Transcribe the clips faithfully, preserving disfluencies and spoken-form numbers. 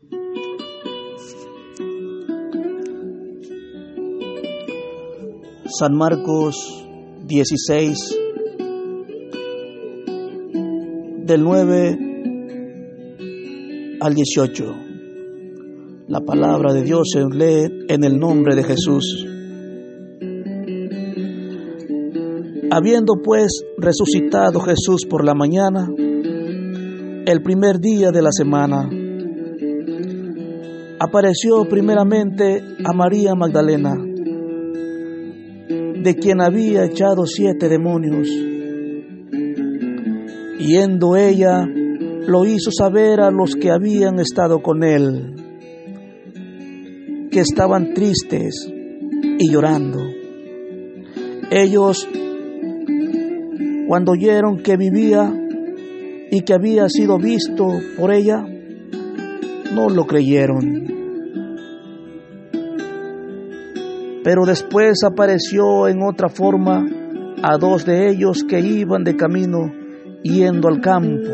San Marcos dieciséis, del nueve al dieciocho. La palabra de Dios se lee en el nombre de Jesús. Habiendo pues resucitado Jesús por la mañana, el primer día de la semana, apareció primeramente a María Magdalena, de quien había echado siete demonios. Yendo ella, lo hizo saber a los que habían estado con él, que estaban tristes y llorando. Ellos, cuando oyeron que vivía y que había sido visto por ella, no lo creyeron. Pero después apareció en otra forma a dos de ellos que iban de camino yendo al campo.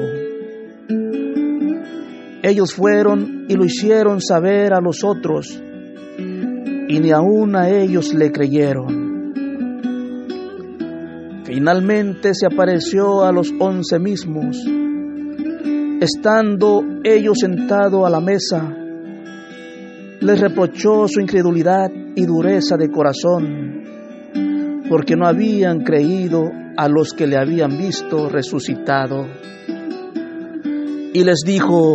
Ellos fueron y lo hicieron saber a los otros, y ni aun a ellos le creyeron. Finalmente se apareció a los once mismos, estando ellos sentados a la mesa. Les reprochó su incredulidad y dureza de corazón, porque no habían creído a los que le habían visto resucitado. Y les dijo: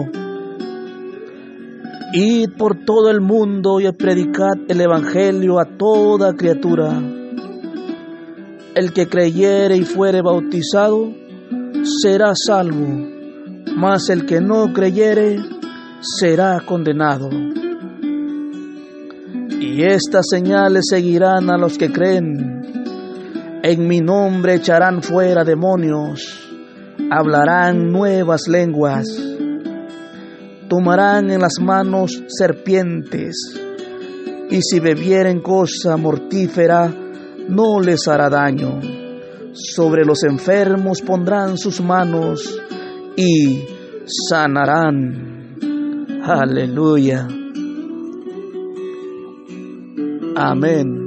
Id por todo el mundo y predicad el evangelio a toda criatura. El que creyere y fuere bautizado será salvo, mas el que no creyere será condenado. Y estas señales seguirán a los que creen: en mi nombre echarán fuera demonios, hablarán nuevas lenguas, tomarán en las manos serpientes, y si bebieren cosa mortífera no les hará daño. Sobre los enfermos pondrán sus manos y sanarán. Aleluya. Amén.